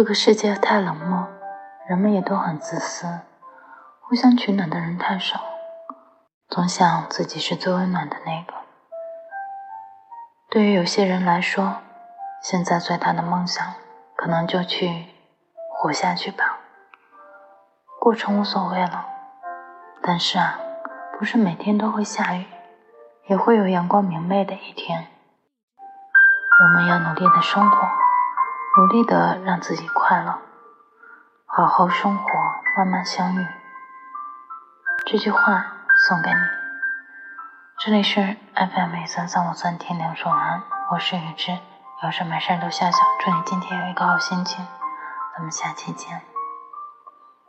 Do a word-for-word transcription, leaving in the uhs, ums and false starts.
这个世界太冷漠，人们也都很自私，互相取暖的人太少，总想自己是最温暖的那个。对于有些人来说，现在最大的梦想可能就去活下去吧，过程无所谓了。但是啊，不是每天都会下雨，也会有阳光明媚的一天。我们要努力的生活，努力的让自己快乐，好好生活，慢慢相遇。这句话送给你。这里是 F M 一三三五三天亮说晚安，我是雨之，有事没事都笑笑，祝你今天有一个好心情，咱们下期见。